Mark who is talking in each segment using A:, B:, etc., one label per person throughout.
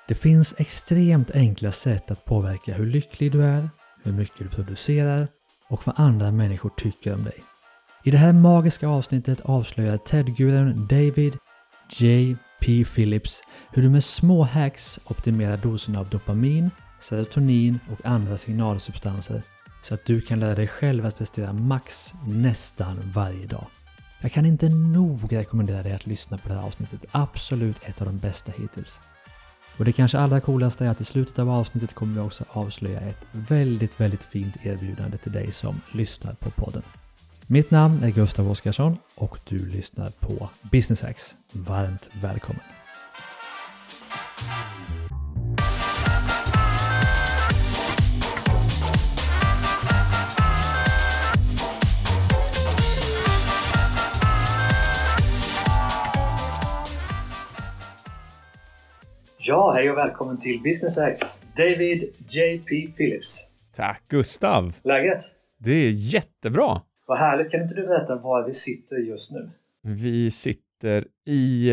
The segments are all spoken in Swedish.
A: Det finns extremt enkla sätt att påverka hur lycklig du är, hur mycket du producerar och vad andra människor tycker om dig. I det här magiska avsnittet avslöjar TED-gurun David J.P. Phillips hur du med små hacks optimerar dosen av dopamin, serotonin och andra signalsubstanser så att du kan lära dig själv att prestera max nästan varje dag. Jag kan inte nog rekommendera dig att lyssna på det här avsnittet. Absolut ett av de bästa hittills. Och det kanske allra coolaste är att i slutet av avsnittet kommer vi också avslöja ett väldigt fint erbjudande till dig som lyssnar på podden. Mitt namn är Gustav Oskarsson och du lyssnar på Business Hacks. Varmt välkommen! Ja, hej och välkommen till Business Hacks. David J.P. Phillips.
B: Tack Gustav.
A: Läget?
B: Det är jättebra.
A: Vad härligt. Kan inte du berätta var vi sitter just nu?
B: Vi sitter i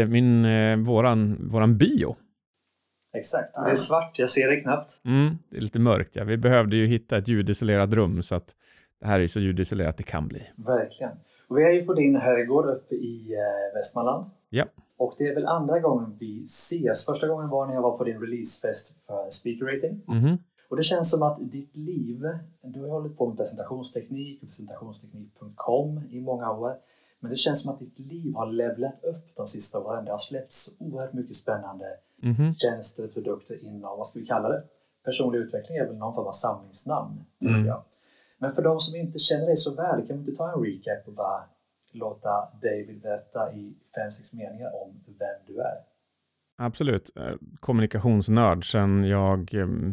B: våran bio.
A: Exakt. Det är svart. Jag ser det knappt.
B: Det är lite mörkt. Ja. Vi behövde ju hitta ett ljudisolerat rum så att det här är så ljudisolerat det kan bli.
A: Verkligen. Och vi är ju på din herrgård uppe i Västmanland.
B: Ja.
A: Och det är väl andra gången vi ses. Första gången var när jag var på din releasefest för Speaker Rating. Och det känns som att ditt liv, du har hållit på med presentationsteknik och presentationsteknik.com i många år. Men det känns som att ditt liv har levlat upp de sista åren. Det har släppts oerhört mycket spännande tjänster, produkter inom, vad ska vi kalla det? Personlig utveckling är väl någon form av samlingsnamn, tror jag. Men för de som inte känner dig så väl, kan vi inte ta en recap och bara låta David berätta i 5-6 meningar om vem du är?
B: Absolut. Kommunikationsnörd sedan jag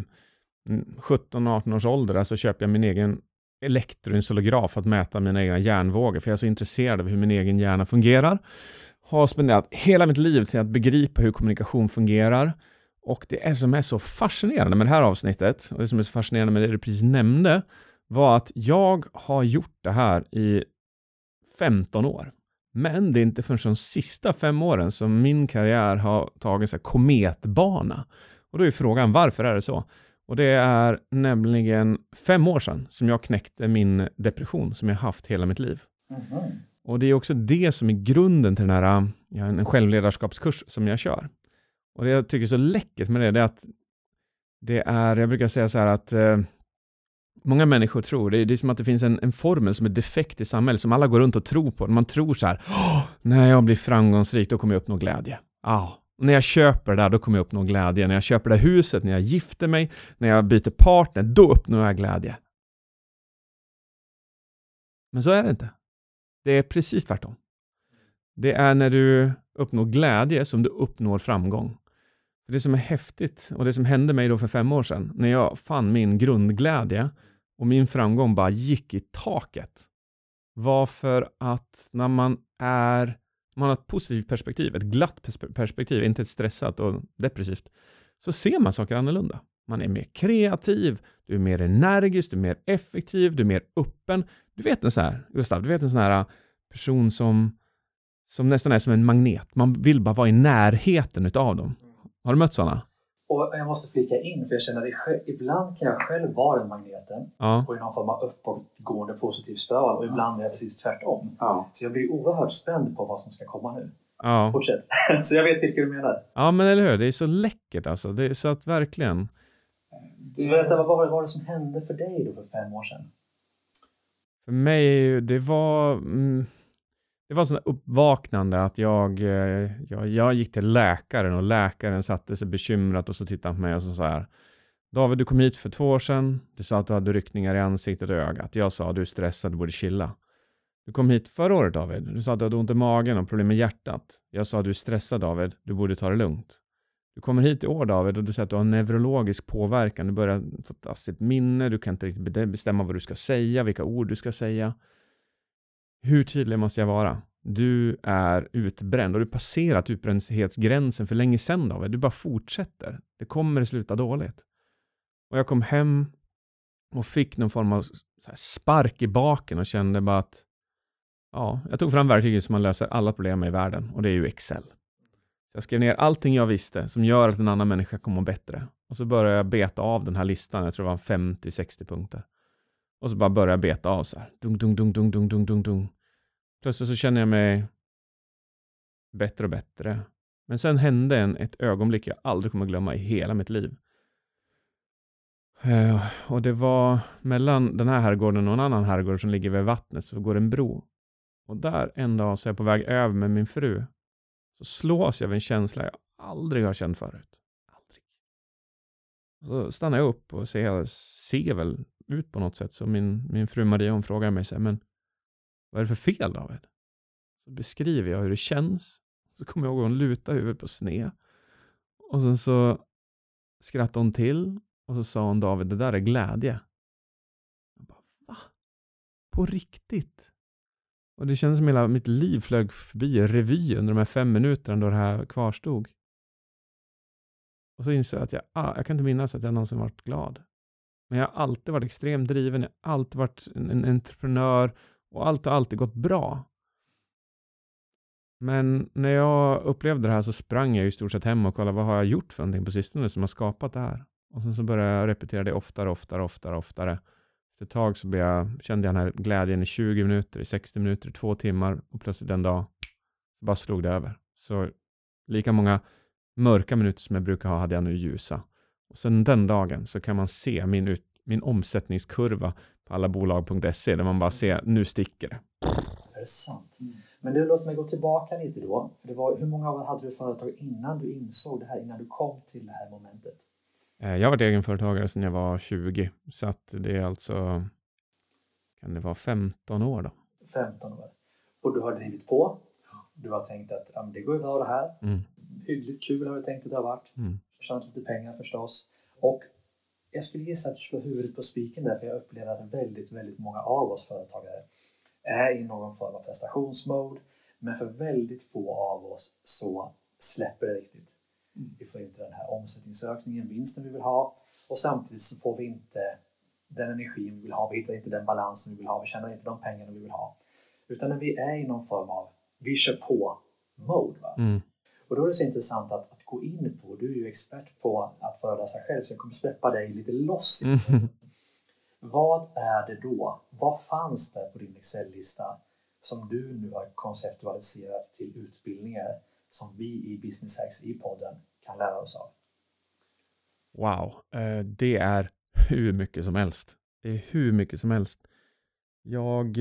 B: 17-18 års ålder. Alltså köper jag min egen elektroencefalograf för att mäta mina egna hjärnvågor. För jag är så intresserad av hur min egen hjärna fungerar. Har spenderat hela mitt liv till att begripa hur kommunikation fungerar. Och det som är så fascinerande med det här avsnittet, och det som är så fascinerande med det du precis nämnde, var att jag har gjort det här i 15 år. Men det är inte förrän de sista 5 åren som min karriär har tagit en kometbana. Och då är frågan, varför är det så? Och det är nämligen 5 år sedan som jag knäckte min depression som jag haft hela mitt liv. Och det är också det som är grunden till den här en självledarskapskurs som jag kör. Och det jag tycker är så läckert med det är att det är, jag brukar säga så här att många människor tror, det är som att det finns en formel som är defekt i samhället som alla går runt och tror på. Man tror så här, när jag blir framgångsrik då kommer jag uppnå glädje. När jag köper det där då kommer jag uppnå glädje. När jag köper det huset, när jag gifter mig, när jag byter partner, då uppnår jag glädje. Men så är det inte. Det är precis tvärtom. Det är när du uppnår glädje som du uppnår framgång. Det som är häftigt och det som hände mig då för 5 år sedan när jag fann min grundglädje och min framgång bara gick i taket var för att när man har ett positivt perspektiv, ett glatt perspektiv, inte ett stressat och depressivt, så ser man saker annorlunda. Man är mer kreativ, du är mer energisk, du är mer effektiv, du är mer öppen. Du vet en sån här, Gustav, du vet en sån här person som nästan är som en magnet. Man vill bara vara i närheten utav dem. Har du mött sådana? Och
A: jag måste flika in för jag känner att ibland kan jag själv vara den magneten och i någon form av uppåtgående positiv spiral och ibland är jag precis tvärtom. Så jag blir oerhört spänd på vad som ska komma nu. Fortsätt. Så jag vet vilka du menar.
B: Ja, men eller hur? Det är så läckert alltså. Det är så att verkligen.
A: Så berätta, vad var det som hände för dig då för 5 år sedan?
B: För mig, det var sådant uppvaknande att jag gick till läkaren och läkaren satte sig bekymrat och så tittade han på mig och så här: David, du kom hit för 2 år sedan. Du sa att du hade ryckningar i ansiktet och ögat. Jag sa att du är stressad, du borde chilla. Du kom hit förra året, David. Du sa att du hade ont i magen och problem med hjärtat. Jag sa att du är stressad, David. Du borde ta det lugnt. Du kommer hit i år, David, och du säger att du har neurologisk påverkan. Du börjar få tassigt minne. Du kan inte riktigt bestämma vad du ska säga, vilka ord du ska säga. Hur tydlig måste jag vara? Du är utbränd och du passerat utbrändhetsgränsen för länge sedan, David. Du bara fortsätter. Det kommer att sluta dåligt. Och jag kom hem och fick någon form av så här spark i baken och kände bara att jag tog fram verktyget som man löser alla problem i världen, och det är ju Excel. Så jag skrev ner allting jag visste som gör att en annan människa kommer må bättre. Och så började jag beta av den här listan. Jag tror det var 50-60 punkter. Och så bara började jag beta av så här. Dung, dung, dung, dung, dung, dung, dung, dung. Plötsligt så känner jag mig bättre och bättre. Men sen hände ett ögonblick jag aldrig kommer glömma i hela mitt liv. Och det var mellan den här herrgården och en annan herrgård som ligger vid vattnet, så går en bro. Och där en dag så är jag på väg över med min fru. Så slås jag av en känsla jag aldrig har känt förut. Aldrig. Så stannar jag upp och ser väl ut på något sätt. Så min fru Maria, hon frågar mig så här, men vad är det för fel, David? Så beskriver jag hur det känns. Så kommer jag ihåg att hon lutar huvudet på sned. Och sen så skrattade hon till. Och så sa hon, David, det där är glädje. Jag bara, va? På riktigt? Och det kändes som hela mitt liv flög förbi revy under de här 5 minuterna då det här kvarstod. Och så insåg jag att jag kan inte minnas att jag någonsin varit glad. Men jag har alltid varit extremt driven. Jag har alltid varit en entreprenör. Och allt har alltid gått bra. Men när jag upplevde det här så sprang jag i stort sett hem och kollade vad har jag gjort för någonting på sistone som har skapat det här. Och sen så började jag repetera det oftare. Efter ett tag så kände jag den här glädjen i 20 minuter, i 60 minuter, i 2 timmar. Och plötsligt en dag så bara slog det över. Så lika många mörka minuter som jag brukar ha hade jag nu ljusa. Och sen den dagen så kan man se min omsättningskurva på allabolag.se där man bara ser, nu sticker det.
A: Det är sant. Men du, låt mig gå tillbaka lite då. För hur många år hade du företag innan du insåg det här, innan du kom till det här momentet?
B: Jag har varit egenföretagare sedan jag var 20. Så att det är alltså, kan det vara 15 år då?
A: 15 år. Och du har drivit på. Du har tänkt att det går ju bra det här. Hyggligt kul har du tänkt att det har varit. Tjänat lite pengar förstås. Och jag skulle gissa att du slår huvudet på spiken där. För jag upplever att väldigt, väldigt många av oss företagare är i någon form av prestationsmode. Men för väldigt få av oss så släpper det riktigt. Vi får inte den här omsättningsökningen, vinsten vi vill ha. Och samtidigt så får vi inte den energin vi vill ha. Vi hittar inte den balansen vi vill ha. Vi tjänar inte de pengarna vi vill ha. Utan när vi är i någon form av vi kör på mode. Va? Och då är det så intressant att gå in på. Du är ju expert på att föreläsa själv. Så jag kommer släppa dig lite loss. Vad är det då? Vad fanns det på din Excel-lista som du nu har konceptualiserat till utbildningar som vi i Business Hacks i podden kan lära oss av?
B: Wow, det är hur mycket som helst. Det är hur mycket som helst. Jag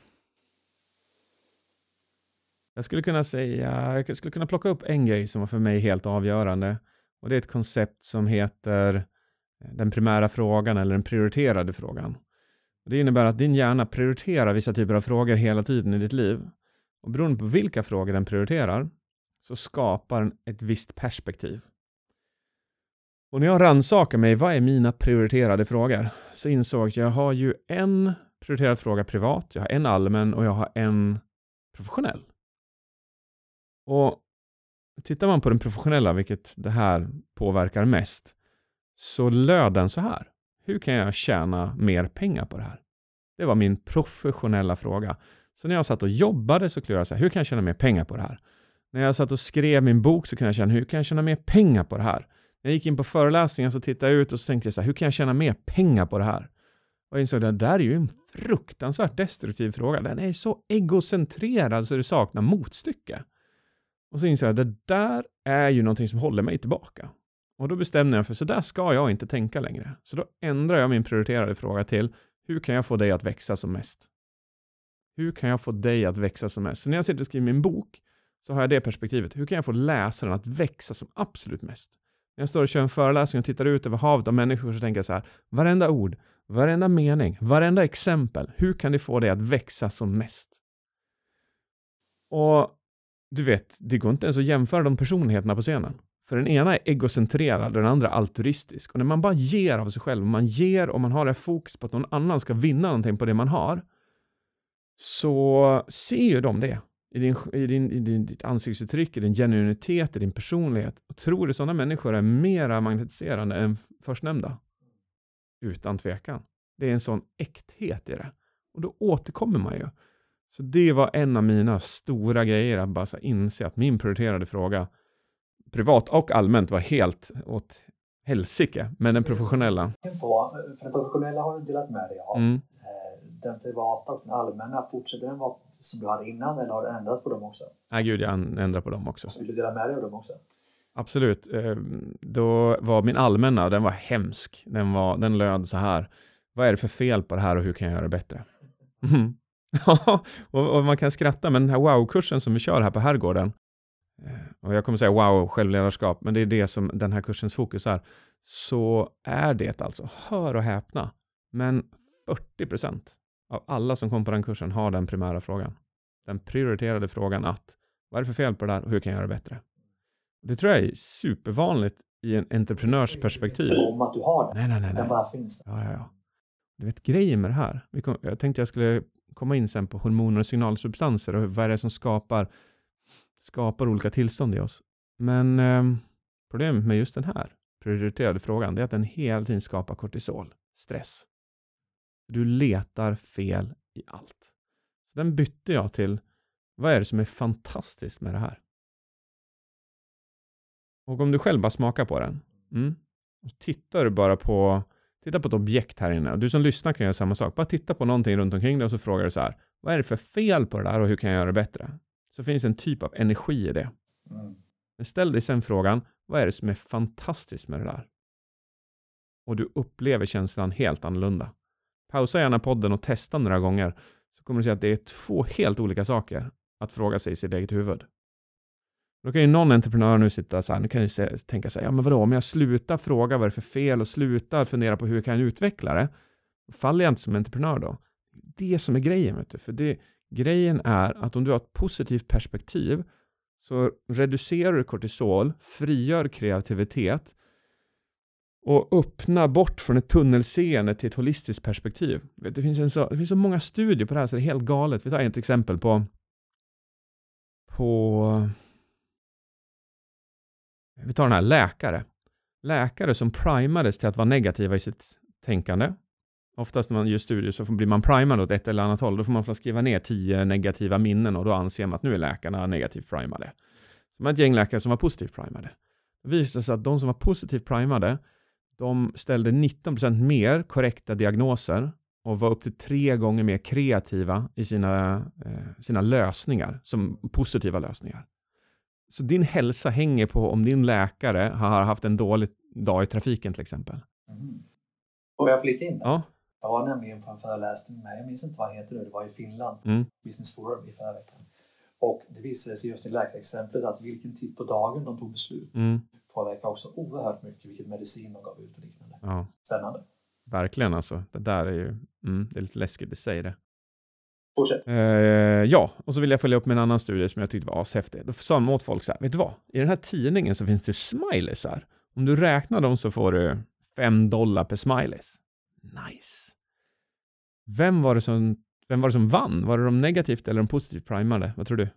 B: skulle kunna plocka upp en grej som var för mig helt avgörande. Och det är ett koncept som heter den primära frågan eller den prioriterade frågan. Och det innebär att din hjärna prioriterar vissa typer av frågor hela tiden i ditt liv. Och beroende på vilka frågor den prioriterar så skapar den ett visst perspektiv. Och när jag rannsakar mig, vad är mina prioriterade frågor? Så insåg jag att jag har ju en prioriterad fråga privat, jag har en allmän och jag har en professionell. Och tittar man på den professionella, vilket det här påverkar mest, så löd den så här. Hur kan jag tjäna mer pengar på det här? Det var min professionella fråga. Så när jag satt och jobbade så klurade jag så här, hur kan jag tjäna mer pengar på det här? När jag satt och skrev min bok så kunde jag känna, hur kan jag tjäna mer pengar på det här? När jag gick in på föreläsningen så tittade jag ut och så tänkte jag så här, hur kan jag tjäna mer pengar på det här? Och jag insåg att det där är ju en fruktansvärt destruktiv fråga. Den är så egocentrerad så det saknar motstycke. Och så insåg jag att det där är ju någonting som håller mig tillbaka. Och då bestämde jag för så där ska jag inte tänka längre. Så då ändrar jag min prioriterade fråga till, hur kan jag få dig att växa som mest? Hur kan jag få dig att växa som mest? Så när jag sitter och skriver min bok så har jag det perspektivet. Hur kan jag få läsaren att växa som absolut mest? När jag står och kör en föreläsning och tittar ut över havet av människor så tänker jag så här, varenda ord, varenda mening, varenda exempel, hur kan det få dig att växa som mest? Och du vet, det går inte ens att jämföra de personligheterna på scenen. För den ena är egocentrerad och den andra altruistisk. Och när man bara ger av sig själv, man ger och man har det fokus på att någon annan ska vinna någonting på det man har, så ser ju de det i ditt ansiktsuttryck, i din genuinitet, i din personlighet. Och tror du sådana människor är mera magnetiserande än förstnämnda? Utan tvekan. Det är en sån äkthet i det. Och då återkommer man ju. Så det var en av mina stora grejer att bara inse att min prioriterade fråga, privat och allmänt var helt åt helsike. Men den professionella.
A: För den professionella har du delat med dig av.
B: Mm.
A: Den privata och den allmänna, fortsätter den vara som du hade innan eller har du ändrat på dem också?
B: Nej gud, jag ändrar på dem också.
A: Så vill du dela med dig av dem också?
B: Absolut. Då var min allmänna, den var hemsk. Den löd så här. Vad är det för fel på det här och hur kan jag göra det bättre? och man kan skratta, men den här wow-kursen som vi kör här på Herrgården, och jag kommer säga wow, självledarskap, men det är det som den här kursens fokus är, så är det alltså, hör och häpna, men 40% av alla som kommer på den kursen har den primära frågan. Den prioriterade frågan att, vad är det för fel på det här och hur kan jag göra det bättre? Det tror jag är supervanligt i en entreprenörsperspektiv.
A: Om att du har den.
B: Nej.
A: Den bara finns där.
B: Ja. Du vet grejen med det här. Jag tänkte jag skulle komma in sen på hormoner och signalsubstanser och vad är det som skapar olika tillstånd i oss. Men problemet med just den här prioriterade frågan, det är att den hela tiden skapar kortisol, stress. Du letar fel i allt. Så den bytte jag till, vad är det som är fantastiskt med det här? Och om du själv bara smakar på den. Och tittar du bara på ett objekt här inne. Och du som lyssnar kan göra samma sak. Bara titta på någonting runt omkring dig och så frågar du så här. Vad är det för fel på det där och hur kan jag göra det bättre? Så finns en typ av energi i det. Men ställ dig sen frågan. Vad är det som är fantastiskt med det där? Och du upplever känslan helt annorlunda. Pausa gärna podden och testa några gånger. Så kommer du se att det är 2 helt olika saker att fråga sig i sitt eget huvud. Då kan ju någon entreprenör nu sitta så här, nu kan ju tänka sig, ja men vadå, om jag slutar fråga vad det är för fel och slutar fundera på hur jag kan utveckla det, faller jag inte som entreprenör då? Det som är grejen, vet du. För grejen är att om du har ett positivt perspektiv så reducerar du kortisol, frigör kreativitet och öppnar bort från ett tunnelseende till ett holistiskt perspektiv. Det finns så många studier på det här så det är helt galet. Vi tar ett exempel på vi tar den här läkare som primades till att vara negativa i sitt tänkande. Oftast när man gör studier så blir man primad åt ett eller annat håll. Då får man skriva ner 10 negativa minnen och då anser man att nu är läkarna negativt primade. Så man har ett gäng läkare som var positivt primade. Det visade sig att de som var positivt primade, de ställde 19% mer korrekta diagnoser och var upp till 3 gånger mer kreativa i sina lösningar, som positiva lösningar. Så din hälsa hänger på om din läkare har haft en dålig dag i trafiken till exempel.
A: Och jag flika in där.
B: Ja.
A: Jag var nämligen på en föreläsning med, jag minns inte vad det heter nu, det var i Finland, Business Forum i förra veckan. Och det visade sig just i läkarexemplet att vilken tid på dagen de tog beslut påverkar också oerhört mycket vilket medicin de gav ut och liknande.
B: Ja.
A: Spännande.
B: Verkligen alltså. Det där är ju, det är lite läskigt att säga det.
A: Fortsätt.
B: Ja, och så vill jag följa upp med en annan studie som jag tyckte var ashäftig. Då sa man åt folk så här, vet du vad? I den här tidningen så finns det smileys här. Om du räknar dem så får du $5 per smileys. Nice. Vem var det som vann? Var det de negativt eller de positivt primade? Vad tror du?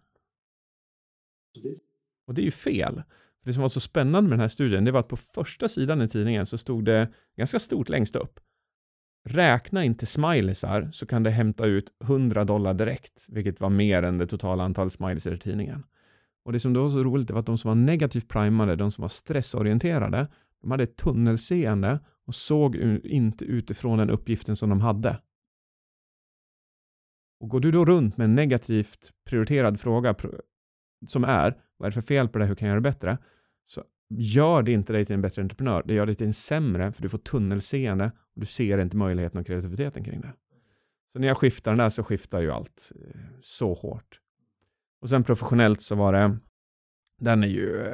B: Och det är ju fel. Det som var så spännande med den här studien, det var att på första sidan i tidningen så stod det ganska stort längst upp. Räkna inte smileysar så kan det hämta ut $100 direkt, vilket var mer än det totala antalet smileys i tidningen. Och det som då var så roligt var att de som var negativt primade, de som var stressorienterade, de hade ett tunnelseende och såg inte utifrån den uppgiften som de hade. Och går du då runt med en negativt prioriterad fråga som är, vad är det för fel på det, hur kan jag göra det bättre? Så gör det inte dig till en bättre entreprenör. Det gör dig till en sämre, för du får tunnelseende och du ser inte möjligheten och kreativiteten kring det. Så när jag skiftar den där så skiftar ju allt så hårt. Och sen professionellt så var det, den är ju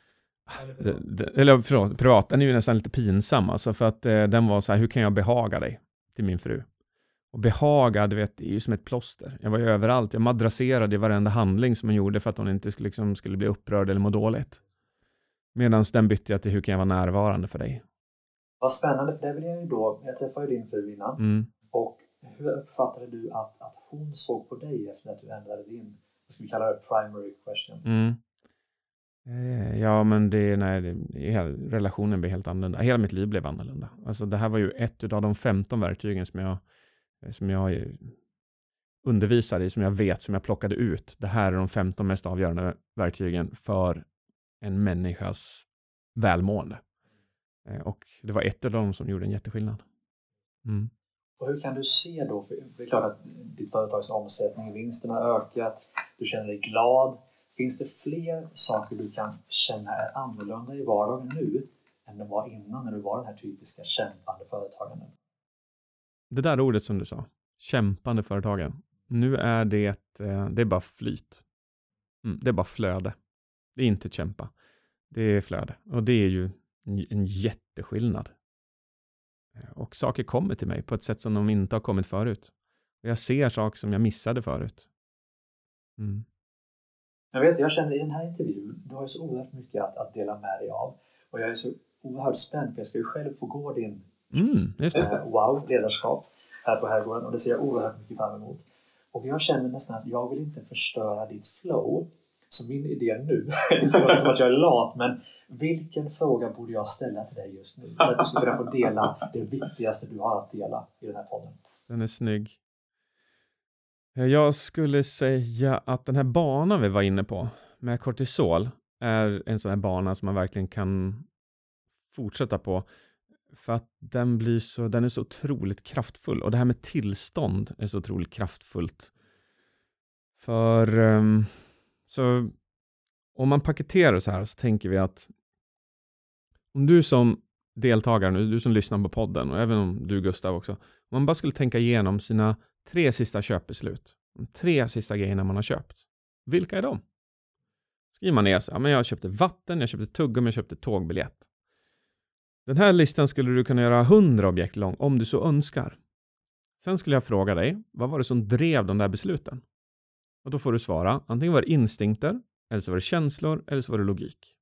B: privat, den är ju nästan lite pinsam alltså, för att den var så här, hur kan jag behaga dig till min fru? Och behaga, du vet, är ju som ett plåster. Jag var ju överallt, jag madrasserade i varenda handling som hon gjorde för att hon inte skulle bli upprörd eller må dåligt. Medan den bytte jag till hur kan jag vara närvarande för dig.
A: Vad spännande, för det vill jag ju då, jag träffade ju din fru innan. Och hur uppfattade du att hon såg på dig efter att du ändrade din, vad ska vi kalla det, primary question?
B: Ja, men relationen blev helt annorlunda. Hela mitt liv blev annorlunda. Alltså det här var ju ett av de 15 verktygen som jag undervisade i, som jag plockade ut. Det här är de 15 mest avgörande verktygen för en människas välmående. Och det var ett av dem som gjorde en jätteskillnad. Mm.
A: Och hur kan du se då, för det är klart att ditt företags omsättning, vinsten har ökat, du känner dig glad. Finns det fler saker du kan känna är annorlunda i vardagen nu än det var innan när du var den här typiska kämpande företagaren?
B: Det där ordet som du sa, kämpande företagen. Nu är det är bara flyt. Det är bara flöde. Det är inte kämpa. Det är flöde. Och det är ju en jätteskillnad. Och saker kommer till mig på ett sätt som de inte har kommit förut. Och jag ser saker som jag missade förut. Mm.
A: Jag känner i den här intervjun, du har ju så oerhört mycket att dela med dig av. Och jag är så oerhört spänd, för jag ska ju själv få gå din ledarskap här på Herrgården. Och det ser jag oerhört mycket fram emot. Och jag känner nästan att jag vill inte förstöra ditt flow. Så min idé nu, inte som att jag är lat, men vilken fråga borde jag ställa till dig just nu? För att du ska kunna få dela det viktigaste du har att dela i den här podden.
B: Den är snygg. Jag skulle säga att den här banan vi var inne på med kortisol är en sån här bana som man verkligen kan fortsätta på. För att den är så otroligt kraftfull. Och det här med tillstånd är så otroligt kraftfullt. För så om man paketerar så här så tänker vi att om du som deltagare nu, du som lyssnar på podden och även om du Gustav också, om man bara skulle tänka igenom sina 3 sista köpbeslut, de 3 sista grejerna man har köpt. Vilka är de? Skriver man ner så, men jag köpte vatten, jag köpte tuggummi, jag köpte tågbiljett. Den här listan skulle du kunna göra 100 objekt lång om du så önskar. Sen skulle jag fråga dig, vad var det som drev de där besluten? Och då får du svara, antingen var det instinkter, eller så var det känslor, eller så var det logik.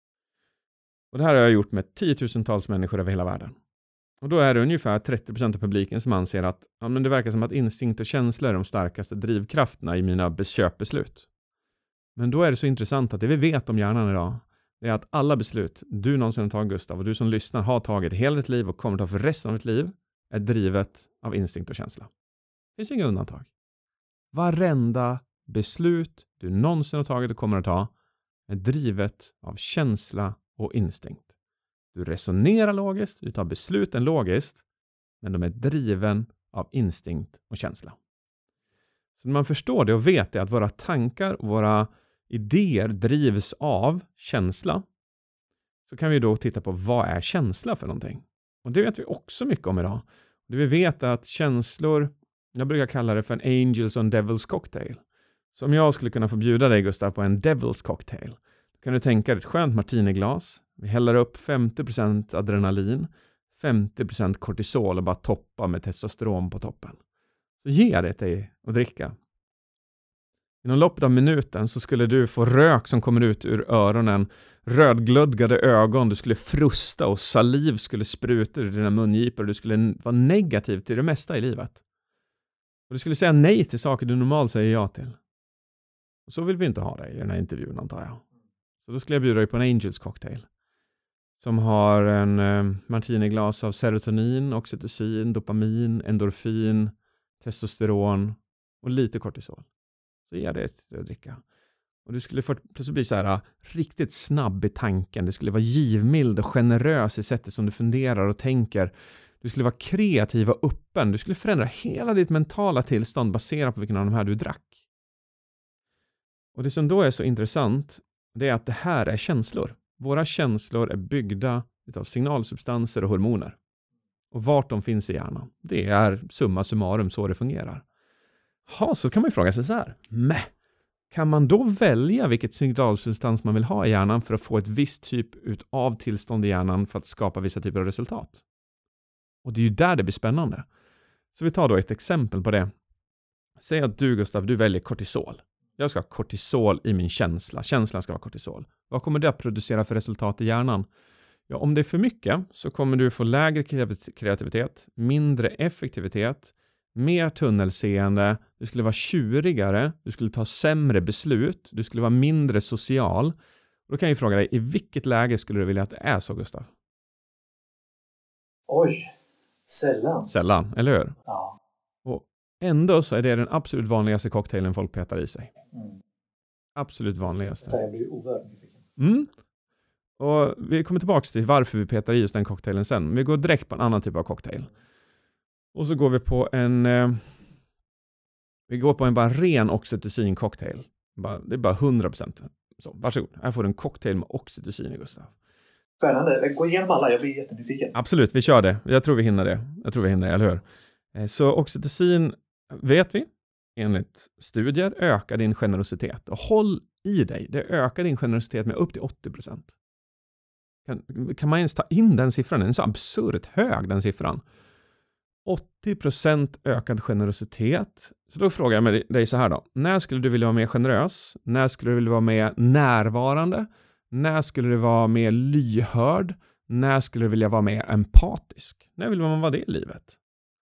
B: Och det här har jag gjort med 10-tusentals människor över hela världen. Och då är det ungefär 30% av publiken som anser att men det verkar som att instinkt och känslor är de starkaste drivkrafterna i mina köpbeslut. Men då är det så intressant att det vi vet om hjärnan idag, det är att alla beslut du någonsin har tagit, Gustav, och du som lyssnar har tagit hela ditt liv och kommer ta för resten av ditt liv, är drivet av instinkt och känsla. Det finns inga undantag. Varenda beslut du någonsin har tagit och kommer att ta är drivet av känsla och instinkt. Du resonerar logiskt, du tar besluten logiskt, men de är driven av instinkt och känsla. Så när man förstår det och vet det, att våra tankar och våra idéer drivs av känsla, så kan vi då titta på vad är känsla för någonting. Och det vet vi också mycket om idag. Det vi vet är att känslor, jag brukar kalla det för en angels och en devils cocktail. Så om jag skulle kunna få bjuda dig, Gustav, på en devils cocktail, då kan du tänka dig ett skönt martiniglas. Vi häller upp 50% adrenalin, 50% kortisol och bara toppa med testosteron på toppen. Så ge jag det till dig att dricka. Inom loppet av minuten så skulle du få rök som kommer ut ur öronen, rödglödgade ögon, du skulle frusta och saliv skulle spruta ur dina mungipor och du skulle vara negativ till det mesta i livet. Och du skulle säga nej till saker du normalt säger ja till. Och så vill vi inte ha dig i den här intervjun, antar jag. Så då skulle jag bjuda dig på en Angels cocktail. Som har en martiniglas av serotonin, oxytocin, dopamin, endorfin, testosteron och lite kortisol. Så ger det att dricka. Och du skulle plötsligt bli så här riktigt snabb i tanken. Du skulle vara givmild och generös i sättet som du funderar och tänker. Du skulle vara kreativ och öppen. Du skulle förändra hela ditt mentala tillstånd baserat på vilken av de här du drack. Och det som då är så intressant, det är att det här är känslor. Våra känslor är byggda av signalsubstanser och hormoner. Och vart de finns i hjärnan, det är summa summarum så det fungerar. Så kan man ju fråga sig så här. Kan man då välja vilket signalsubstans man vill ha i hjärnan för att få ett visst typ av tillstånd i hjärnan för att skapa vissa typer av resultat? Och det är ju där det blir spännande. Så vi tar då ett exempel på det. Säg att du, Gustav, du väljer kortisol. Jag ska ha kortisol i min känsla. Känslan ska vara kortisol. Vad kommer det att producera för resultat i hjärnan? Ja, om det är för mycket så kommer du få lägre kreativitet, mindre effektivitet, mer tunnelseende, du skulle vara tjurigare, du skulle ta sämre beslut, du skulle vara mindre social. Och då kan jag fråga dig, i vilket läge skulle du vilja att det är så, Gustav?
A: Oj, sällan.
B: Sällan, eller hur?
A: Ja.
B: Och ändå så är det den absolut vanligaste cocktailen folk petar i sig.
A: Mm.
B: Absolut vanligaste.
A: Så jag blir oerhört nyfiken.
B: Och vi kommer tillbaka till varför vi petar i just den cocktailen sen. Vi går direkt på en annan typ av cocktail. Och så går vi på en bara ren oxytocin-cocktail. Det är bara 100%. Så, varsågod. Här får du en cocktail med oxytocin, Gustav.
A: Spännande. Gå igenom alla, jag blir jättenyfiken.
B: Absolut, vi kör det. Jag tror vi hinner det, eller hur? Så oxytocin, vet vi, enligt studier, ökar din generositet. Och håll i dig, det ökar din generositet med upp till 80%. Kan man ens ta in den siffran? Den är så absurt hög, den siffran. 80% ökad generositet. Så då frågar jag med dig så här då. När skulle du vilja vara mer generös? När skulle du vilja vara mer närvarande? När skulle du vara mer lyhörd? När skulle du vilja vara mer empatisk? När vill man vara det i livet?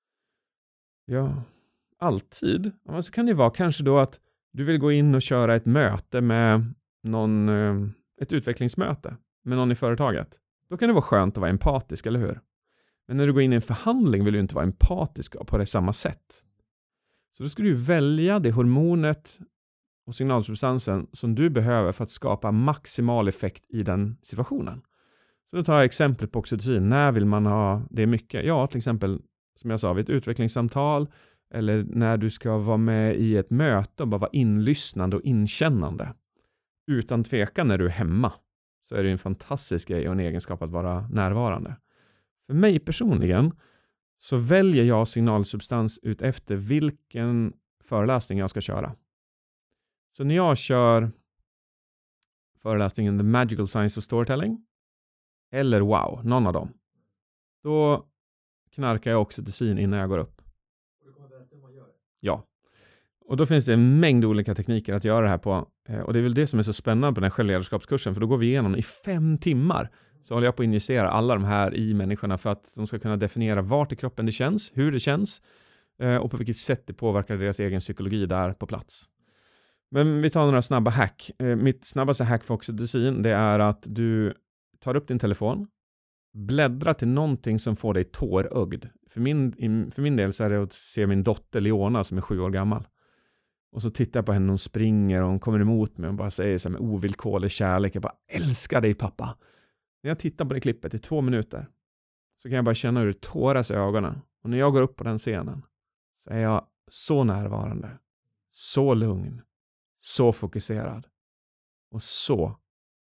B: Ja, alltid. Så kan det vara kanske då att du vill gå in och köra ett möte med någon, ett utvecklingsmöte med någon i företaget. Då kan det vara skönt att vara empatisk, eller hur? Men när du går in i en förhandling vill du inte vara empatisk på det samma sätt. Så då ska du välja det hormonet och signalsubstansen som du behöver för att skapa maximal effekt i den situationen. Så då tar jag exempel på oxytocin. När vill man ha det mycket? Ja, till exempel som jag sa vid ett utvecklingssamtal eller när du ska vara med i ett möte och bara vara inlyssnande och inkännande. Utan tvekan när du är hemma så är det en fantastisk grej och en egenskap att vara närvarande. För mig personligen så väljer jag signalsubstans ut efter vilken föreläsning jag ska köra. Så när jag kör föreläsningen The Magical Science of Storytelling eller Wow, någon av dem, då knarkar jag oxytocin innan jag går upp.
A: Och du kommer berätta hur man gör det?
B: Ja. Och då finns det en mängd olika tekniker att göra det här på. Och det är väl det som är så spännande på den här självledarskapskursen. För då går vi igenom i 5 timmar. Så håller jag på att injicera alla de här i människorna för att de ska kunna definiera vart i kroppen det känns, hur det känns och på vilket sätt det påverkar deras egen psykologi där på plats. Men vi tar några snabba hack. Mitt snabbaste hack för oxytocin, det är att du tar upp din telefon, bläddrar till någonting som får dig tårögd. För min del så är det att se min dotter Leona som är 7 år gammal. Och så tittar jag på henne, hon springer och hon kommer emot mig och bara säger så här med ovillkorlig kärlek. Jag bara älskar dig pappa. När jag tittar på det klippet i 2 minuter så kan jag bara känna hur det tåras i ögonen. Och när jag går upp på den scenen så är jag så närvarande, så lugn, så fokuserad och så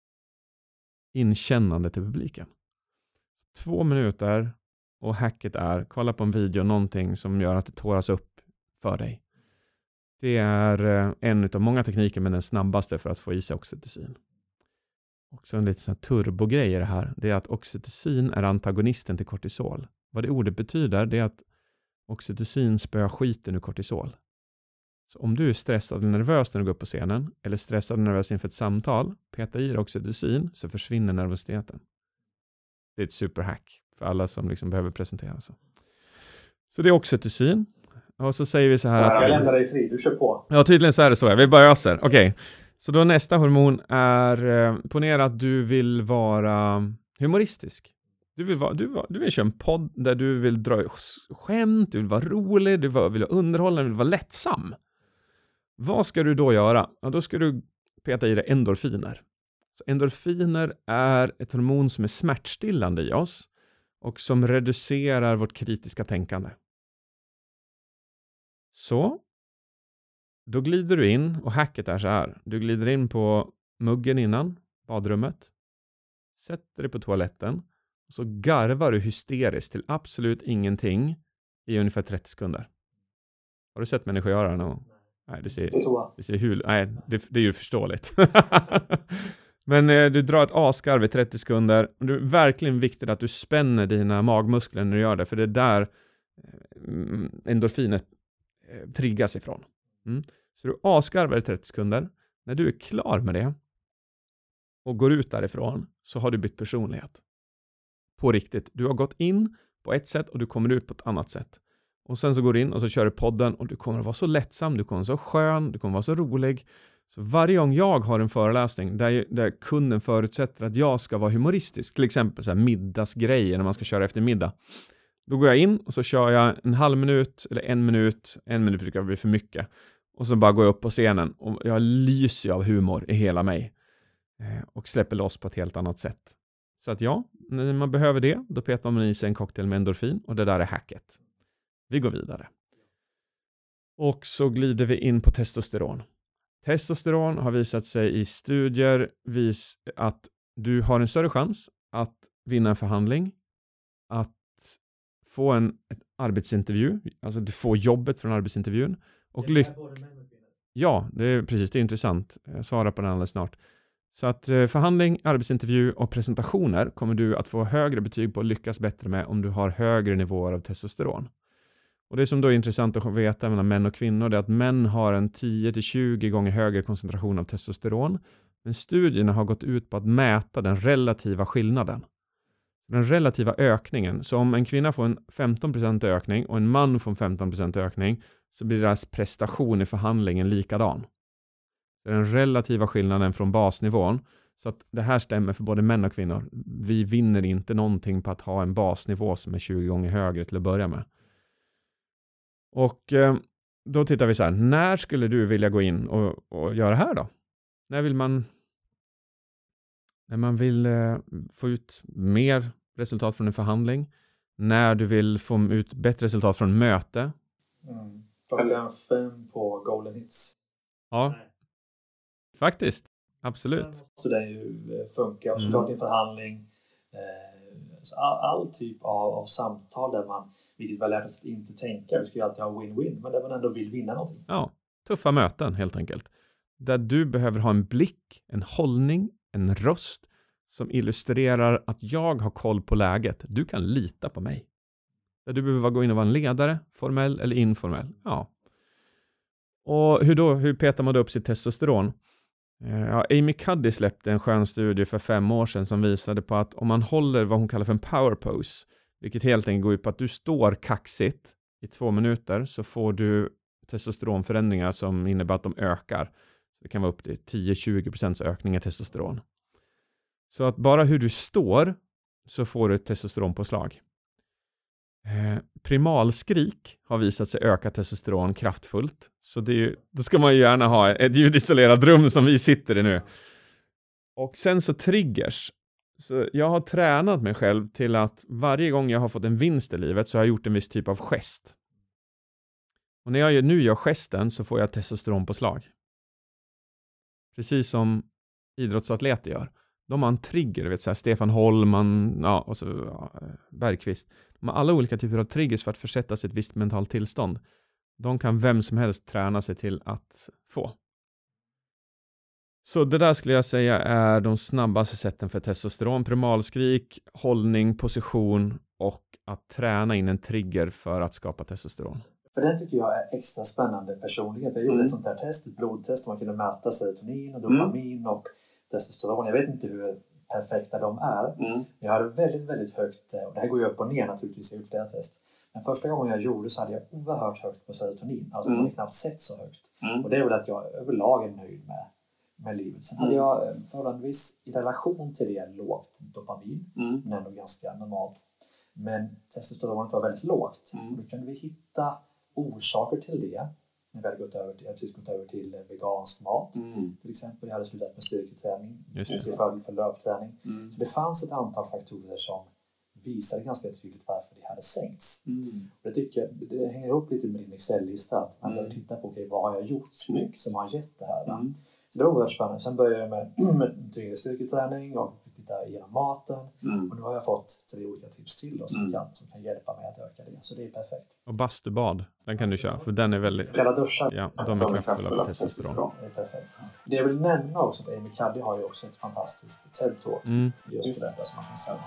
B: inkännande till publiken. 2 minuter och hacket är kolla på en video, någonting som gör att det tåras upp för dig. Det är en av många tekniker men den snabbaste för att få i sig oxytocin. Också en liten sån här turbogrej i det här. Det är att oxytocin är antagonisten till kortisol. Vad det ordet betyder det är att oxytocin spöar skiten ur kortisol. Så om du är stressad eller nervös när du går upp på scenen eller stressad och nervös inför ett samtal, peta i dig oxytocin så försvinner nervositeten. Det är ett superhack för alla som liksom behöver presentera sig. Så det är oxytocin. Och så säger vi så här att...
A: Jag lämnar dig fri, du kör på.
B: Ja, tydligen så är det så. Vi bara öser. Okej. Så då nästa hormon är... ponera att du vill vara humoristisk. Du vill köra en podd där du vill dra skämt, du vill vara rolig, du vill vara underhållande, du vill vara lättsam. Vad ska du då göra? Ja, då ska du peta i dig endorfiner. Så endorfiner är ett hormon som är smärtstillande i oss och som reducerar vårt kritiska tänkande. Så, då glider du in och hacket är så här. Du glider in på muggen innan, badrummet. Sätter dig på toaletten och så garvar du hysteriskt till absolut ingenting i ungefär 30 sekunder. Har du sett människor göra det någon gång? Nej, det ser hur... Nej, det är ju förståeligt. Men du drar ett asgarv i 30 sekunder. Och det är verkligen viktigt att du spänner dina magmuskler när du gör det. För det är där endorfinet triggas ifrån. Så du asgarvar i 30 sekunder. När du är klar med det och går ut därifrån så har du bytt personlighet. På riktigt. Du har gått in på ett sätt och du kommer ut på ett annat sätt. Och sen så går du in och så kör du podden och du kommer att vara så lättsam, du kommer att vara så skön, du kommer att vara så rolig. Så varje gång jag har en föreläsning där kunden förutsätter att jag ska vara humoristisk, till exempel så här middagsgrejer när man ska köra efter middag. Då går jag in och så kör jag en halv minut eller 1 minut. 1 minut brukar bli för mycket. Och så bara går jag upp på scenen och jag lyser av humor i hela mig. Och släpper loss på ett helt annat sätt. Så att ja, när man behöver det, då petar man i sig en cocktail med endorfin och det där är hacket. Vi går vidare. Och så glider vi in på testosteron. Testosteron har visat sig i studier att du har en större chans att vinna en förhandling, att få en arbetsintervju, alltså du får jobbet från arbetsintervjun. Och ja, det är precis, det är intressant. Jag svarar på den alldeles snart. Så att förhandling, arbetsintervju och presentationer kommer du att få högre betyg på och lyckas bättre med om du har högre nivåer av testosteron. Och det som då är intressant att veta mellan män och kvinnor är att män har en 10-20 gånger högre koncentration av testosteron. Men studierna har gått ut på att mäta den relativa skillnaden. Den relativa ökningen. Så om en kvinna får en 15% ökning och en man får en 15% ökning så blir deras prestation i förhandlingen likadan. Den relativa skillnaden från basnivån. Så att det här stämmer för både män och kvinnor. Vi vinner inte någonting på att ha en basnivå som är 20 gånger högre till att börja med. Och då tittar vi så här. När skulle du vilja gå in och göra det här då? När man vill få ut mer resultat från en förhandling. När du vill få ut bättre resultat från möte.
A: Klockan 5 på Golden Hits.
B: Ja. Faktiskt, absolut.
A: Så det ju funkar. Och såklart i en förhandling. All typ av samtal där man, vilket väl lärt oss att inte tänka. Vi ska ju alltid ha win-win, men där man ändå vill vinna någonting.
B: Ja, tuffa möten helt enkelt. Där du behöver ha en blick, en hållning, en röst som illustrerar att jag har koll på läget. Du kan lita på mig. Där du behöver gå in och vara en ledare, formell eller informell. Ja. Och hur petar man då upp sitt testosteron? Amy Cuddy släppte en skön studie för 5 år sedan som visade på att om man håller vad hon kallar för en power pose, vilket helt enkelt går ut på att du står kaxigt i 2 minuter, så får du testosteronförändringar som innebär att de ökar. Det kan vara upp till 10-20% ökning av testosteron. Så att bara hur du står så får du ett testosteronpåslag. Primalskrik har visat sig öka testosteron kraftfullt. Så då ska man ju gärna ha ett ljudisolerat rum som vi sitter i nu. Och sen så triggers. Så jag har tränat mig själv till att varje gång jag har fått en vinst i livet så har jag gjort en viss typ av gest. Och när jag nu gör gesten så får jag testosteronpåslag. Precis som idrottsatleter gör. De har en trigger, vet så här, Stefan Holm, och så Bergqvist. De har alla olika typer av triggers för att försätta sig i ett visst mentalt tillstånd. De kan vem som helst träna sig till att få. Så det där skulle jag säga är de snabbaste sätten för testosteron. Primalskrik, hållning, position och att träna in en trigger för att skapa testosteron.
A: För den tycker jag är extra spännande personlighet. Jag gjorde ett sånt här test, ett blodtest där man kunde mäta serotonin och dopamin och testosteron. Jag vet inte hur perfekta de är. Men jag hade väldigt, väldigt högt, och det här går ju upp och ner naturligtvis, jag har gjort flera test. Men första gången jag gjorde så hade jag oerhört högt på serotonin. Alltså jag har knappt sett så högt. Och det är väl att jag överlag är nöjd med livet. Sen hade jag förhållandevis i relation till det lågt dopamin. Men ändå ganska normalt. Men testosteronet var väldigt lågt. Och då kunde vi hitta orsaker till det. När vi hade precis gått över till vegansk mat. Till exempel, jag hade slutat med styrketräning. Till fördel för löpträning. Så det fanns ett antal faktorer som visade ganska tydligt varför det hade sänkts. Och det tycker jag, det hänger ihop lite med din Excel-lista. Att man behöver titta på vad har jag gjort som har gett det här. Så det var oerhört spännande. Sen började jag med styrketräning och fick titta igenom maten. Och nu har jag fått 3 olika tips till som kan hjälpa mig att öka det. Så det är perfekt.
B: Och bastubad, den kan du köra. För den är väldigt...
A: Kalla duschar.
B: Ja, de är kraftfulla på testosteron.
A: Det är perfekt. Det jag vill nämna också, att Amy Cuddy har ju också ett fantastiskt TED-talk. Just detta som man kan säga.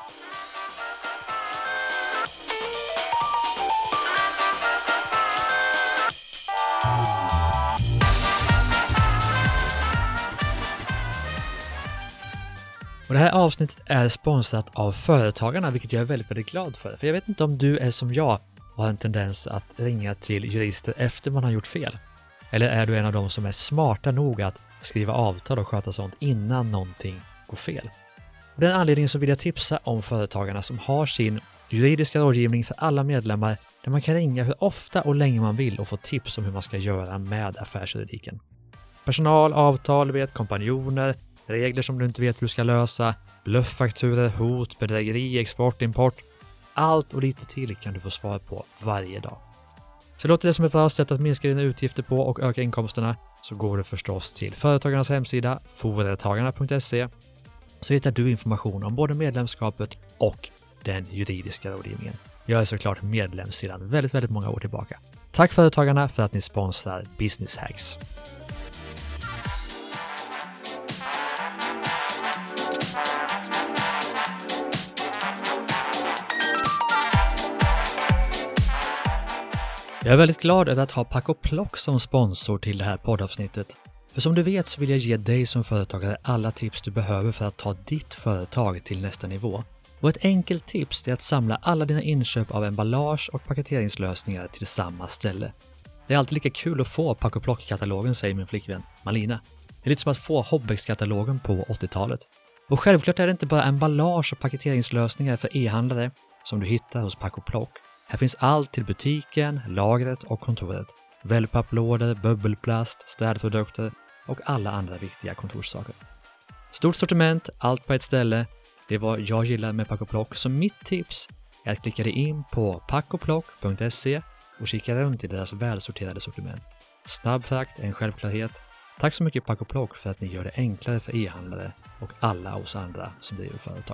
A: Och det här avsnittet är sponsrat av Företagarna, vilket jag är väldigt, väldigt glad för. För jag vet inte om du är som jag och har en tendens att ringa till jurister efter man har gjort fel. Eller är du en av dem som är smarta nog att skriva avtal och sköta sånt innan någonting går fel? Av den anledningen så vill jag tipsa om Företagarna som har sin juridiska rådgivning för alla medlemmar där man kan ringa hur ofta och länge man vill och få tips om hur man ska göra med affärsjuridiken. Personal, avtal, kompanjoner, regler som du inte vet hur du ska lösa, blufffakturer, hot, bedrägeri, export, import. Allt och lite till kan du få svar på varje dag. Så låter det som ett bra sätt att minska dina utgifter på och öka inkomsterna, så går du förstås till Företagarnas hemsida foretagarna.se, så hittar du information om både medlemskapet och den juridiska rådgivningen. Jag är såklart medlem sedan väldigt många år tillbaka. Tack Företagarna för att ni sponsrar Business Hacks. Jag är väldigt glad över att ha Pack och Plock som sponsor till det här poddavsnittet. För som du vet så vill jag ge dig som företagare alla tips du behöver för att ta ditt företag till nästa nivå. Och ett enkelt tips är att samla alla dina inköp av emballage och paketeringslösningar till samma ställe. Det är alltid lika kul att få Pack och Plock-katalogen, säger min flickvän Malina. Det är lite som att få Hobbex-katalogen på 80-talet. Och självklart är det inte bara emballage och paketeringslösningar för e-handlare som du hittar hos Pack och Plock. Här finns allt till butiken, lagret och kontoret. Wellpapplådor, bubbelplast, städprodukter och alla andra viktiga kontorssaker. Stort sortiment, allt på ett ställe. Det är vad jag gillar med Pack och Plock, så mitt tips är att klicka dig in på packochplock.se och kika runt i deras välsorterade sortiment. Snabb frakt är en självklarhet. Tack så mycket Pack och Plock för att ni gör det enklare för e-handlare och alla oss andra som driver företag.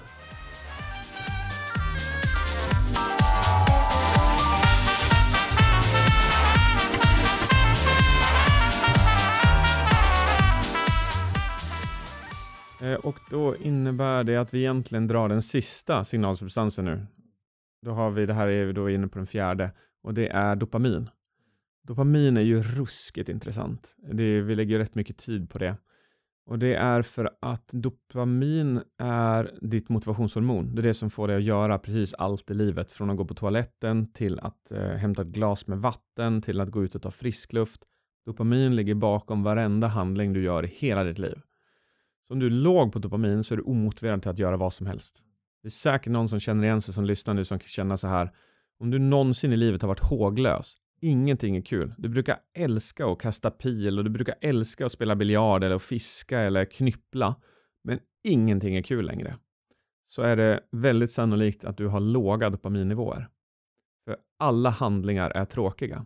B: Och då innebär det att vi egentligen drar den sista signalsubstansen nu. Då har vi, det här är vi då inne på den fjärde, och det är dopamin. Dopamin är ju ruskigt intressant. Vi lägger rätt mycket tid på det. Och det är för att dopamin är ditt motivationshormon. Det är det som får dig att göra precis allt i livet. Från att gå på toaletten till att hämta ett glas med vatten till att gå ut och ta frisk luft. Dopamin ligger bakom varenda handling du gör i hela ditt liv. Så om du är låg på dopamin så är du omotiverad till att göra vad som helst. Det är säkert någon som känner igen sig som lyssnar nu som kan känna så här. Om du någonsin i livet har varit håglös, ingenting är kul. Du brukar älska att kasta pil och du brukar älska att spela biljard eller att fiska eller knyppla. Men ingenting är kul längre. Så är det väldigt sannolikt att du har låga dopaminnivåer. För alla handlingar är tråkiga.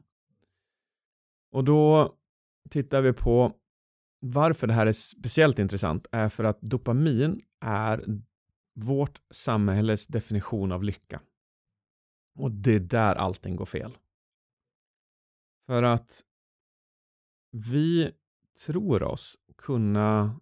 B: Och då tittar vi på varför det här är speciellt intressant är för att dopamin är vårt samhälles definition av lycka. Och det är där allting går fel. För att vi tror oss kunna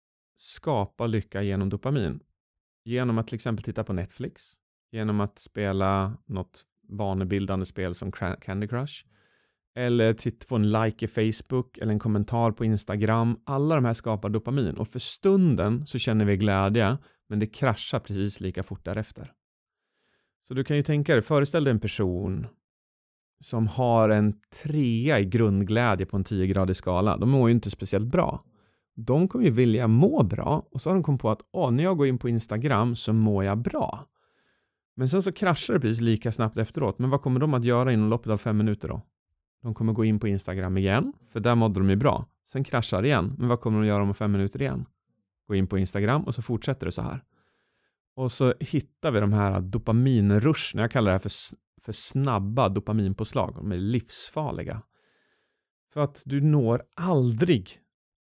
B: skapa lycka genom dopamin. Genom att till exempel titta på Netflix. Genom att spela något vanebildande spel som Candy Crush. Eller få en like i Facebook eller en kommentar på Instagram. Alla de här skapar dopamin. Och för stunden så känner vi glädje. Men det kraschar precis lika fort därefter. Så du kan ju tänka dig, föreställ dig en person som har en 3 i grundglädje på en 10-gradig skala. De mår ju inte speciellt bra. De kommer ju vilja må bra. Och så har de kommit på att när jag går in på Instagram så mår jag bra. Men sen så kraschar det precis lika snabbt efteråt. Men vad kommer de att göra inom loppet av 5 minuter då? De kommer gå in på Instagram igen. För där mådde de ju bra. Sen kraschar det igen. Men vad kommer de göra om 5 minuter igen? Gå in på Instagram och så fortsätter det så här. Och så hittar vi de här dopaminruscherna. Jag kallar det här för snabba dopaminpåslag. De är livsfarliga. För att du når aldrig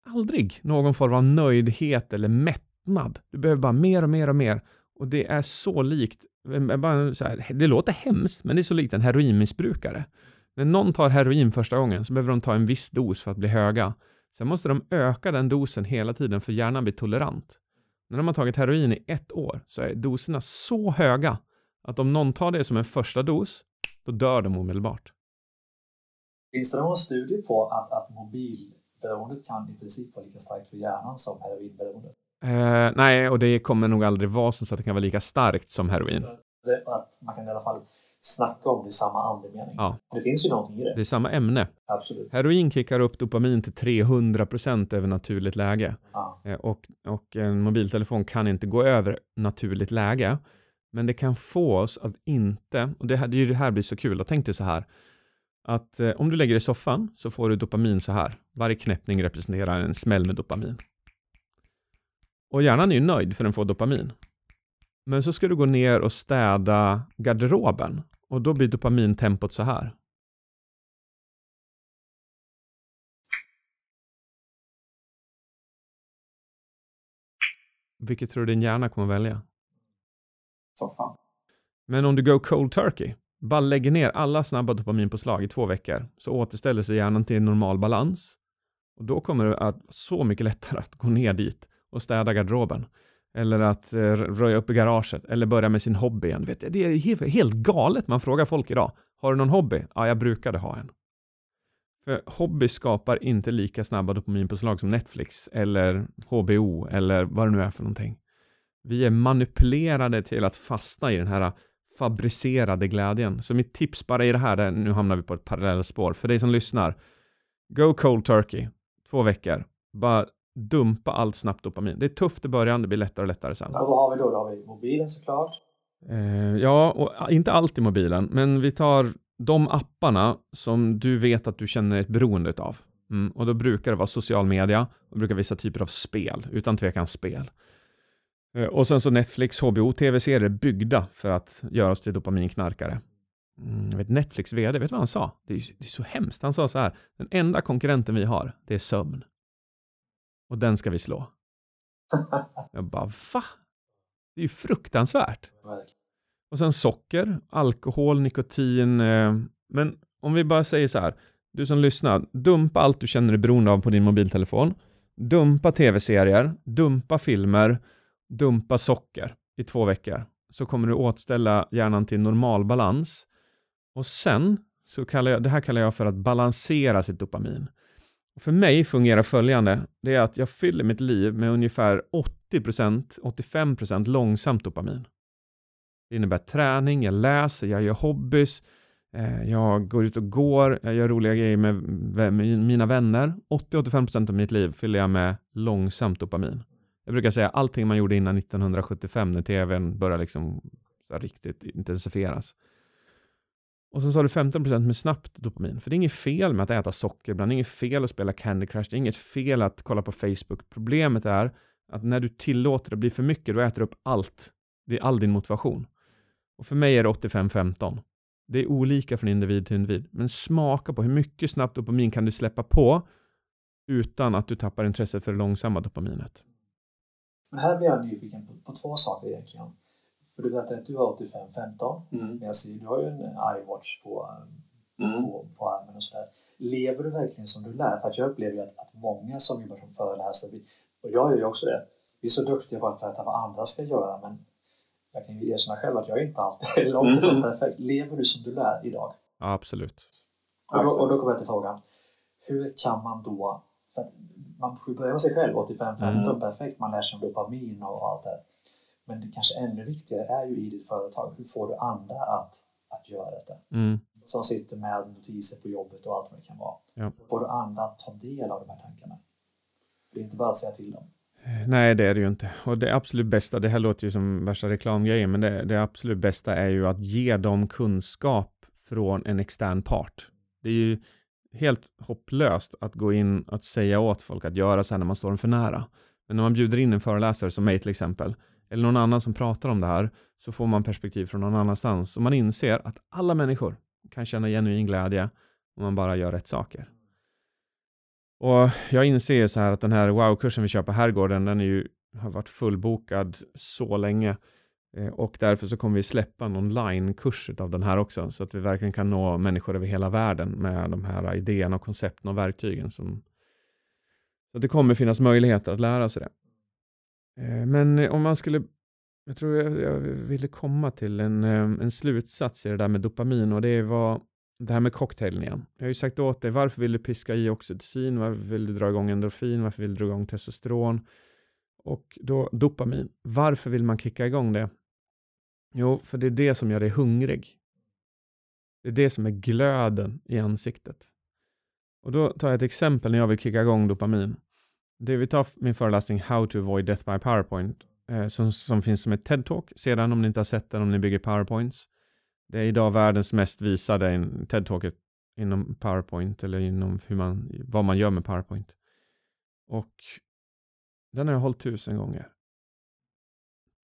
B: någon form av nöjdhet eller mättnad. Du behöver bara mer och mer och mer. Och det är så likt, bara så här, det låter hemskt, men det är så likt en heroinmissbrukare. När någon tar heroin första gången så behöver de ta en viss dos för att bli höga. Sen måste de öka den dosen hela tiden för hjärnan blir tolerant. När de har tagit heroin i 1 år så är doserna så höga att om någon tar det som en första dos, då dör de omedelbart.
C: Finns det någon studie på att mobilberoendet kan i princip vara lika starkt för hjärnan som heroinberoendet?
B: Nej, och det kommer nog aldrig vara så att det kan vara lika starkt som heroin.
C: Att man kan i alla fall snacka om det i samma andemening.
B: Ja.
C: Det finns ju någonting i det.
B: Det är samma ämne.
C: Absolut.
B: Heroin kickar upp dopamin till 300% över naturligt läge.
C: Ja.
B: Och en mobiltelefon kan inte gå över naturligt läge. Men det kan få oss att inte, och det här blir så kul, och tänk dig så här. Att om du lägger i soffan så får du dopamin så här. Varje knäppning representerar en smäll med dopamin. Och hjärnan är ju nöjd för den får dopamin. Men så ska du gå ner och städa garderoben. Och då blir dopamintempot så här. Vilket tror du din hjärna kommer välja?
C: Soffan.
B: Men om du går cold turkey, bara lägger ner alla snabba dopaminpåslag i 2 veckor, så återställer sig hjärnan till normal balans. Och då kommer det att så mycket lättare att gå ner dit och städa garderoben. Eller att röja upp i garaget. Eller börja med sin hobby igen. Vet du, det är helt galet. Man frågar folk idag. Har du någon hobby? Ja, jag brukade ha en. För hobby skapar inte lika snabba dopaminpåslag som Netflix. Eller HBO. Eller vad det nu är för någonting. Vi är manipulerade till att fastna i den här fabricerade glädjen. Så mitt tips bara i det här. Nu hamnar vi på ett parallellspår. För dig som lyssnar. Go cold turkey. 2 veckor. Bara dumpa allt snabbt dopamin. Det är tufft i början, det blir lättare och lättare sen.
C: Så vad har vi då? Då har vi mobilen såklart.
B: Ja, och inte alltid mobilen. Men vi tar de apparna som du vet att du känner ett beroende av. Och då brukar det vara social media. Och brukar vissa typer av spel. Utan tvekan spel. Och sen så Netflix, HBO, tv-serier byggda för att göra oss till dopaminknarkare. Jag vet Netflix vd, vet vad han sa? Det är så hemskt. Han sa så här. Den enda konkurrenten vi har, det är sömn. Och den ska vi slå. Jag bara, va? Det är ju fruktansvärt. Och sen socker, alkohol, nikotin. Men om vi bara säger så här. Du som lyssnar, dumpa allt du känner dig beroende av på din mobiltelefon. Dumpa tv-serier, dumpa filmer, dumpa socker i 2 veckor. Så kommer du återställa hjärnan till normal balans. Och sen, så det här kallar jag för att balansera sitt dopamin. För mig fungerar följande. Det är att jag fyller mitt liv med ungefär 80%, 85% långsamt dopamin. Det innebär träning, jag läser, jag gör hobbys. Jag går ut och går, jag gör roliga grejer med mina vänner. 80-85% av mitt liv fyller jag med långsamt dopamin. Jag brukar säga allting man gjorde innan 1975 när tvn började liksom så riktigt intensifieras. Och sen så har du 15% med snabbt dopamin. För det är inget fel med att äta socker. Det är inget fel att spela Candy Crush. Det är inget fel att kolla på Facebook. Problemet är att när du tillåter det bli för mycket, då äter du upp allt. Det är all din motivation. Och för mig är det 85-15. Det är olika från individ till individ. Men smaka på hur mycket snabbt dopamin kan du släppa på utan att du tappar intresset för det långsamma dopaminet.
C: Men här blir jag nyfiken på 2 saker egentligen. För du berättade att du har 85-15. Men jag ser, du har ju en iWatch på armen och sådär. Lever du verkligen som du lär? För att jag upplever att många som jobbar som föreläsare, och jag gör ju också det. Vi är så duktiga på att berätta vad andra ska göra, men jag kan ju erkänna själv att jag inte alltid är långt ifrån perfekt. Lever du som du lär idag?
B: Ja, absolut.
C: Och då kommer jag till frågan. Hur kan man då, för att man får börja med sig själv, 85-15 perfekt, man lär sig om dopamin och allt det. Men det kanske ännu viktigare är ju i ditt företag. Hur får du andra att göra detta? Som sitter med notiser på jobbet och allt vad det kan vara.
B: Ja.
C: Får du andra att ta del av de här tankarna? Det är inte bara att säga till dem.
B: Nej, det är det ju inte. Och det absolut bästa, det här låter ju som värsta reklamgrejer, men det absolut bästa är ju att ge dem kunskap från en extern part. Det är ju helt hopplöst att gå in och säga åt folk att göra så här när man står dem för nära. Men när man bjuder in en föreläsare som mig till exempel, eller någon annan som pratar om det här, så får man perspektiv från någon annanstans. Och man inser att alla människor kan känna genuin glädje om man bara gör rätt saker. Och jag inser så här att den här wow-kursen vi kör på Herrgården, den har varit fullbokad så länge. Och därför så kommer vi släppa en online-kurs av den här också. Så att vi verkligen kan nå människor över hela världen med de här idéerna och koncepten och verktygen. Så att det kommer finnas möjligheter att lära sig det. Men om man skulle, jag tror jag ville komma till en slutsats i det där med dopamin, och det var det här med cocktailen igen. Jag har ju sagt åt dig, varför vill du piska i oxytocin, varför vill du dra igång endorfin, varför vill du dra igång testosteron och då dopamin. Varför vill man kicka igång det? Jo, för det är det som gör dig hungrig. Det är det som är glöden i ansiktet. Och då tar jag ett exempel när jag vill kicka igång dopamin. Det vi tar min föreläsning How to avoid death by PowerPoint som finns som ett TED-talk. Sedan om ni inte har sett den, om ni bygger PowerPoints. Det är idag världens mest visade TED-talket inom PowerPoint eller inom vad man gör med PowerPoint. Och den har jag hållit 1000 gånger.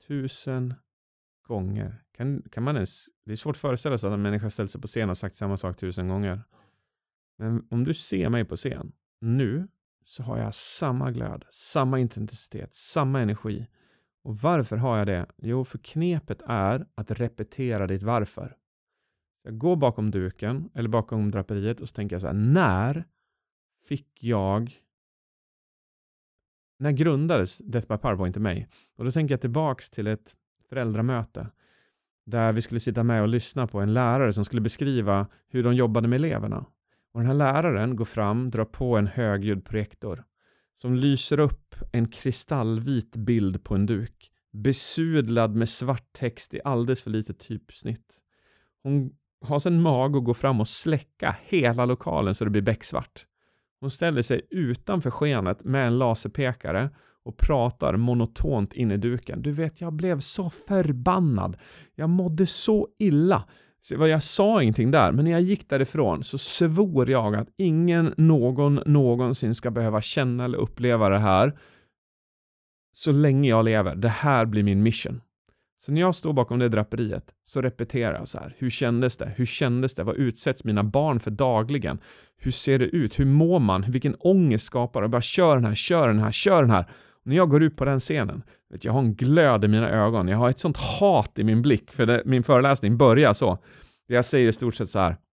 B: 1000 gånger. Kan man ens, det är svårt att föreställa sig att en människa ställt sig på scen och sagt samma sak 1000 gånger. Men om du ser mig på scen nu, så har jag samma glöd, samma intensitet, samma energi. Och varför har jag det? Jo, för knepet är att repetera ditt varför. Jag går bakom duken eller bakom draperiet och så tänker jag så här: när grundades Death by PowerPoint i mig? Och då tänker jag tillbaks till ett föräldramöte där vi skulle sitta med och lyssna på en lärare som skulle beskriva hur de jobbade med eleverna. Och den här läraren går fram, drar på en högljudd projektor som lyser upp en kristallvit bild på en duk, besudlad med svart text i alldeles för lite typsnitt. Hon har sedan mag att gå fram och släcka hela lokalen så det blir becksvart. Hon ställer sig utanför skenet med en laserpekare och pratar monotont in i duken. Du vet, jag blev så förbannad. Jag mådde så illa. Så jag sa ingenting där, men när jag gick därifrån så svor jag att ingen någonsin ska behöva känna eller uppleva det här så länge jag lever. Det här blir min mission. Så när jag står bakom det draperiet så repeterar jag så här: hur kändes det? Hur kändes det? Vad utsätts mina barn för dagligen? Hur ser det ut? Hur mår man? Vilken ångest skapar det? Bara kör den här. Och när jag går ut på den scenen, vet jag har en glöd i mina ögon. Jag har ett sånt hat i min blick, för min föreläsning börjar så. Jag säger i stort sett så här: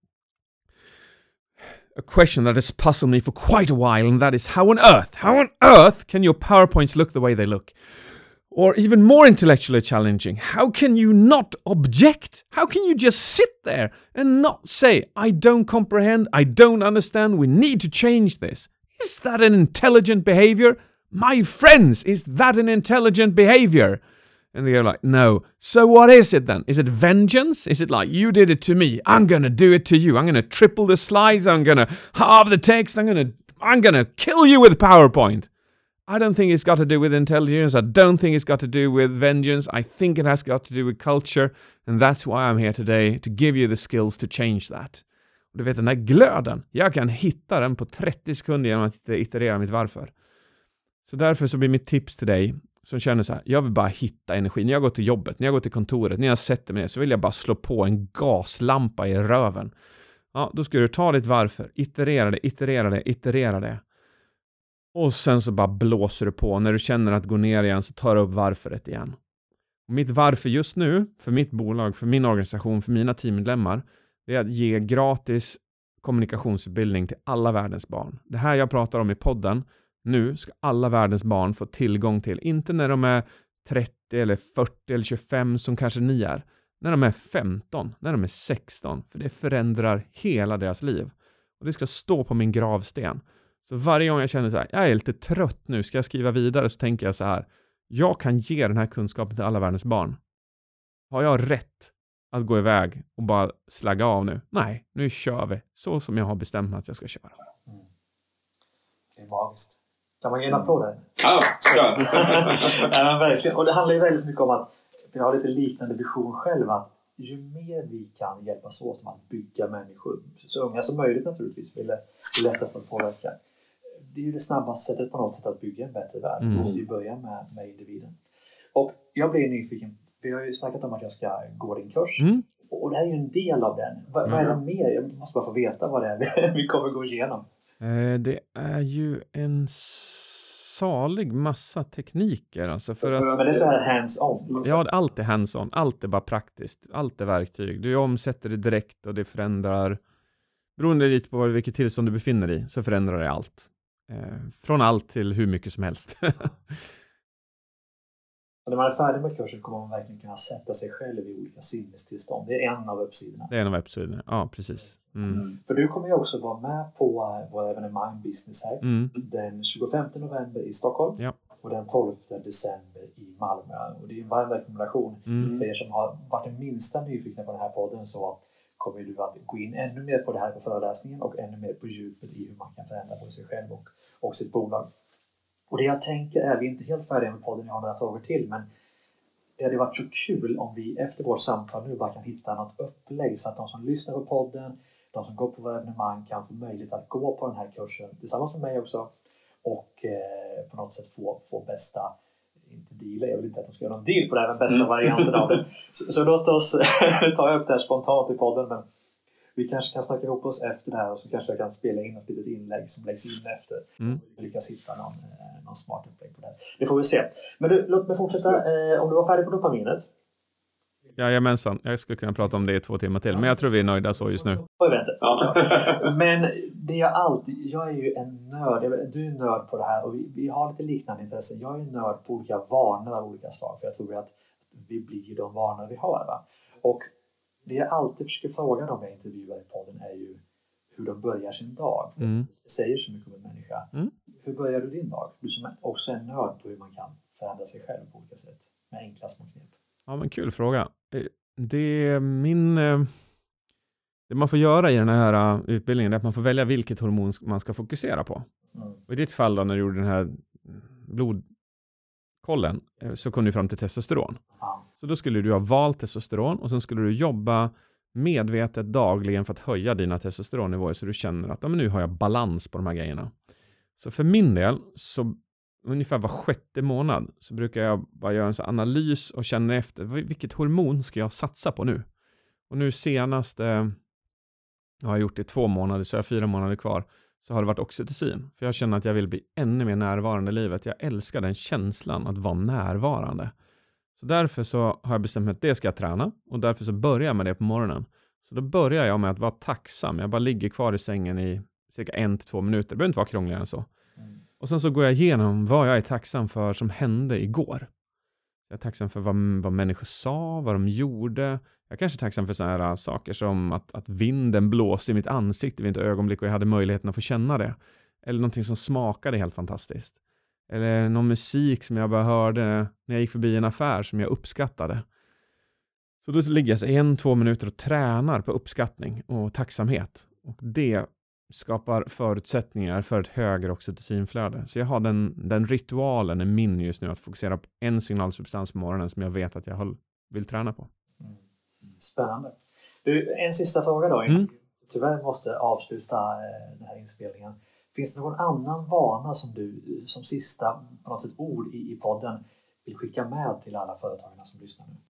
B: a question that has puzzled me for quite a while, and that is how on earth can your PowerPoints look the way they look? Or even more intellectually challenging, how can you not object? How can you just sit there and not say, I don't comprehend, I don't understand, we need to change this? Is that an intelligent behavior? My friends, is that an intelligent behavior? And they're like, no. So what is it then? Is it vengeance? Is it like, you did it to me, I'm gonna do it to you. I'm gonna triple the slides, I'm gonna halve the text, I'm gonna kill you with PowerPoint. I don't think it's got to do with intelligence. I don't think it's got to do with vengeance. I think it has got to do with culture. And that's why I'm here today, to give you the skills to change that. Och du vet, den där glöden, jag kan hitta den på 30 sekunder genom att iterera mitt varför. Så därför så blir mitt tips till dig som känner så här: jag vill bara hitta energi. När jag går till jobbet, när jag går till kontoret, när jag sätter mig ner, så vill jag bara slå på en gaslampa i röven. Ja, då ska du ta ditt varför. Iterera det. Och sen så bara blåser du på. När du känner att gå ner igen så tar du upp varföret igen. Och mitt varför just nu, för mitt bolag, för min organisation, för mina teammedlemmar, det är att ge gratis kommunikationsutbildning till alla världens barn. Det här jag pratar om i podden, nu ska alla världens barn få tillgång till. Inte när de är 30 eller 40 eller 25 som kanske ni är. När de är 15, när de är 16. För det förändrar hela deras liv. Och det ska stå på min gravsten. Så varje gång jag känner så här, jag är lite trött nu, ska jag skriva vidare, så tänker jag så här: jag kan ge den här kunskapen till alla världens barn. Har jag rätt att gå iväg och bara slagga av nu? Nej, nu kör vi så som jag har bestämt att jag ska köra.
C: Det är magiskt. Kan man ge en applåd där?
B: Ja, kör!
C: Ja, verkligen. Och det handlar ju väldigt mycket om att vi har lite liknande vision själva. Att ju mer vi kan hjälpas åt med att bygga människor, så unga som möjligt naturligtvis, blir det lättast att påverka. Det är ju det snabbaste sättet på något sätt att bygga en bättre värld. Vi måste ju börja med individen. Och jag blir nyfiken. Vi har ju snackat om att jag ska gå din kurs. Och det här är ju en del av den. Vad är det mer? Jag måste bara få veta vad det är vi kommer gå igenom.
B: Det är ju en salig massa tekniker. Alltså
C: men det är så här hands-on.
B: Ja, allt är hands-on. Allt är bara praktiskt. Allt är verktyg. Du omsätter det direkt och det förändrar. Beroende lite på vilket tillstånd du befinner dig i så förändrar det allt. Från allt till hur mycket som helst.
C: När man är färdig med kursen kommer man verkligen kunna sätta sig själv i olika sinnestillstånd. Det är en av uppsidorna.
B: Det är en av uppsidorna, ja precis.
C: För du kommer ju också vara med på vår evenemang Business Hacks den 25 november i Stockholm och den 12 december i Malmö. Och det är en varm rekommendation för er som har varit den minsta nyfikna på den här podden, så kommer du att gå in ännu mer på det här på föreläsningen och ännu mer på djupet i hur man kan förändra både sig själv och sitt bolag. Och det jag tänker är, vi är inte helt färdiga med podden, jag har några frågor till, men det hade varit så kul om vi efter vårt samtal nu bara kan hitta något upplägg så att de som lyssnar på podden, de som går på våra evenemang kan få möjlighet att gå på den här kursen tillsammans med mig också och på något sätt få bästa inte deala, jag vill inte att de ska göra någon deal på det här, den bästa varianten av det. Så låt oss, nu tar jag upp det här spontant i podden, men vi kanske kan snacka ihop oss efter det här och så kanske jag kan spela in ett litet inlägg som läggs in efter. Vi lyckas hitta någon smart upplägg på det här. Det får vi se. Men du, låt mig fortsätta. Om du var färdig på dopaminet.
B: Jajamensan, jag skulle kunna prata om det i 2 timmar till, men jag tror vi är nöjda så just nu.
C: Men det jag är ju en nörd, du är nörd på det här och vi har lite liknande intressen. Jag är en nörd på olika vanor av olika slag, för jag tror att vi blir de vanor vi har. Va? Och det jag alltid försöker fråga dem jag intervjuar i podden är ju hur de börjar sin dag. Det säger så mycket om en människa. Hur börjar du din dag? Du som också är en nörd på hur man kan förändra sig själv på olika sätt med enkla små knep. Ja,
B: men kul fråga. Det man får göra i den här utbildningen är att man får välja vilket hormon man ska fokusera på. Och i ditt fall då, när du gjorde den här blodkollen, så kom du fram till testosteron. Så då skulle du ha valt testosteron och sen skulle du jobba medvetet dagligen för att höja dina testosteronnivåer så du känner att nu har jag balans på de här grejerna. Så för min del, så ungefär var 6:e månad så brukar jag bara göra en sån analys och känna efter vilket hormon ska jag satsa på nu. Och nu senast, jag har gjort det i 2 månader så jag har 4 månader kvar, så har det varit oxytocin. För jag känner att jag vill bli ännu mer närvarande i livet. Jag älskar den känslan att vara närvarande. Så därför så har jag bestämt mig att det ska jag träna. Och därför så börjar jag med det på morgonen. Så då börjar jag med att vara tacksam. Jag bara ligger kvar i sängen i cirka 1-2 minuter. Det behöver inte vara krångligare än så. Och sen så går jag igenom vad jag är tacksam för som hände igår. Jag är tacksam för vad människor sa, vad de gjorde. Jag är kanske tacksam för sådana här saker som att vinden blåste i mitt ansikte vid ett ögonblick och jag hade möjligheten att få känna det. Eller någonting som smakade helt fantastiskt. Eller någon musik som jag bara hörde när jag gick förbi en affär som jag uppskattade. Så då ligger jag 1-2 minuter och tränar på uppskattning och tacksamhet. Och det skapar förutsättningar för ett högre oxytocinflöde. Så jag har den ritualen är min just nu, att fokusera på en signalsubstans på morgonen som jag vet att jag vill träna på.
C: Spännande. Du, en sista fråga då. Tyvärr måste avsluta den här inspelningen. Finns det någon annan vana som du som sista på något sätt ord i podden vill skicka med till alla företagarna som lyssnar nu?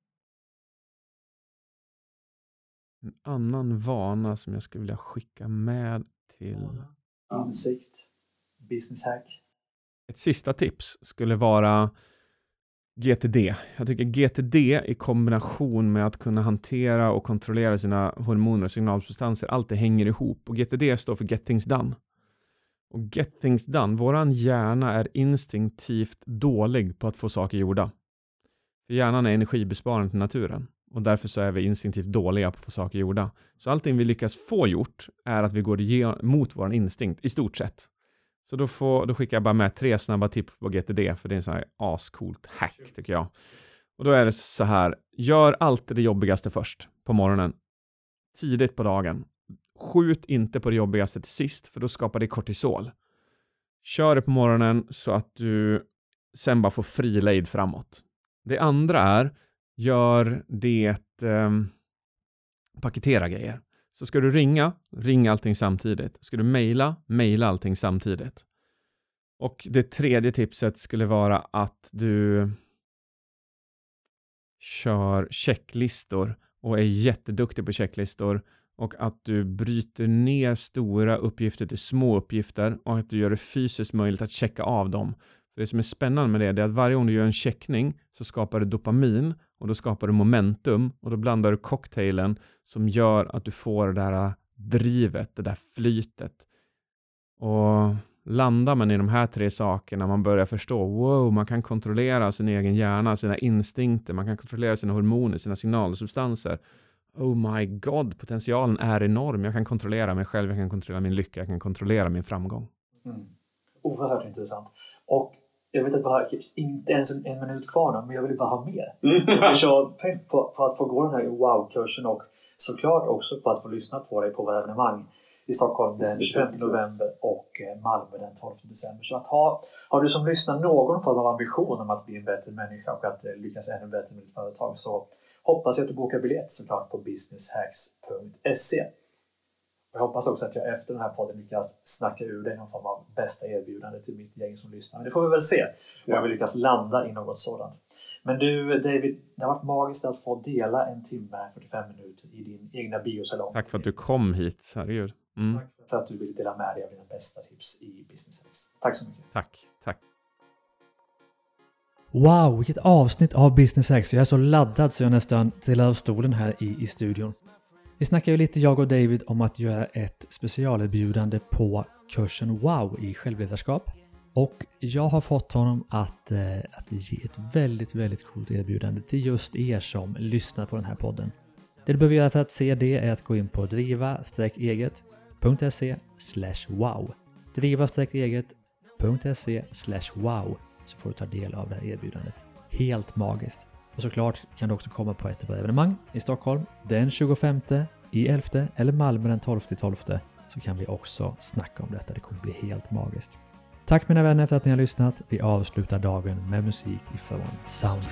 B: En annan vana som jag skulle vilja skicka med till...
C: Insikt. Business hack.
B: Ett sista tips skulle vara GTD. Jag tycker GTD i kombination med att kunna hantera och kontrollera sina hormoner och signalsubstanser alltid hänger ihop. Och GTD står för Get Things Done. Och Get Things Done, våran hjärna är instinktivt dålig på att få saker gjorda. För hjärnan är energibesparande till naturen. Och därför så är vi instinktivt dåliga på att få saker gjorda. Så allting vi lyckas få gjort är att vi går mot vår instinkt i stort sett. Så då skickar jag bara med 3 snabba tips på GTD. För det är en sån här ascoolt hack tycker jag. Och då är det så här. Gör alltid det jobbigaste först på morgonen. Tidigt på dagen. Skjut inte på det jobbigaste till sist. För då skapar det kortisol. Kör det på morgonen så att du sen bara får fri lejd framåt. Det andra är. Gör det paketera grejer. Så ska du ringa allting samtidigt. Ska du mejla allting samtidigt. Och det tredje tipset skulle vara att du kör checklistor och är jätteduktig på checklistor. Och att du bryter ner stora uppgifter till små uppgifter och att du gör det fysiskt möjligt att checka av dem. För det som är spännande med det är att varje gång du gör en checkning så skapar du dopamin och då skapar du momentum och då blandar du cocktailen som gör att du får det där drivet, det där flytet. Och landar man i de här 3 sakerna, man börjar förstå, wow, man kan kontrollera sin egen hjärna, sina instinkter, man kan kontrollera sina hormoner, sina signalsubstanser. Oh my god, potentialen är enorm. Jag kan kontrollera mig själv, jag kan kontrollera min lycka, jag kan kontrollera min framgång.
C: Oerhört intressant. Och jag vet att vi har inte ens en minut kvar nu, men jag vill bara ha mer. Jag är så pepp på att få gå den här wow-kursen och såklart också på att få lyssna på dig på våra evenemang i Stockholm den 25 november och Malmö den 12 december. Så att har du som lyssnar någon form av ambition om att bli en bättre människa och att lyckas ännu bättre med ditt företag, så hoppas jag att du bokar biljett såklart på businesshacks.se. Jag hoppas också att jag efter den här podden lyckas snacka ur dig någon form av bästa erbjudande till mitt gäng som lyssnar. Det får vi väl se om vi lyckas landa i något sådant. Men du David, det har varit magiskt att få dela en timme, 45 minuter i din egna biosalong.
B: Tack för att du kom hit, herregud.
C: Tack för att du ville dela med dig av dina bästa tips i Business X. Tack så mycket.
B: Tack.
A: Wow, vilket avsnitt av Business X. Jag är så laddad så jag nästan trillar av stolen här i studion. Vi snackar ju lite, jag och David, om att göra ett specialerbjudande på kursen Wow i självledarskap. Och jag har fått honom att ge ett väldigt, väldigt coolt erbjudande till just er som lyssnar på den här podden. Det du behöver göra för att se det är att gå in på driva-eget.se/wow. driva-eget.se/wow, så får du ta del av det här erbjudandet. Helt magiskt. Och såklart kan du också komma på ett av evenemang i Stockholm den 25/11 eller Malmö den 12/12, så kan vi också snacka om detta. Det kommer bli helt magiskt. Tack mina vänner för att ni har lyssnat. Vi avslutar dagen med musik ifrån Sound.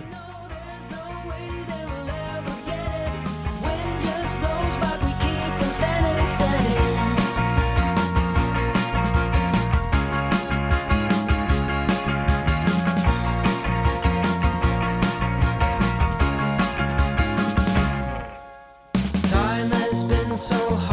D: Time has been so hard.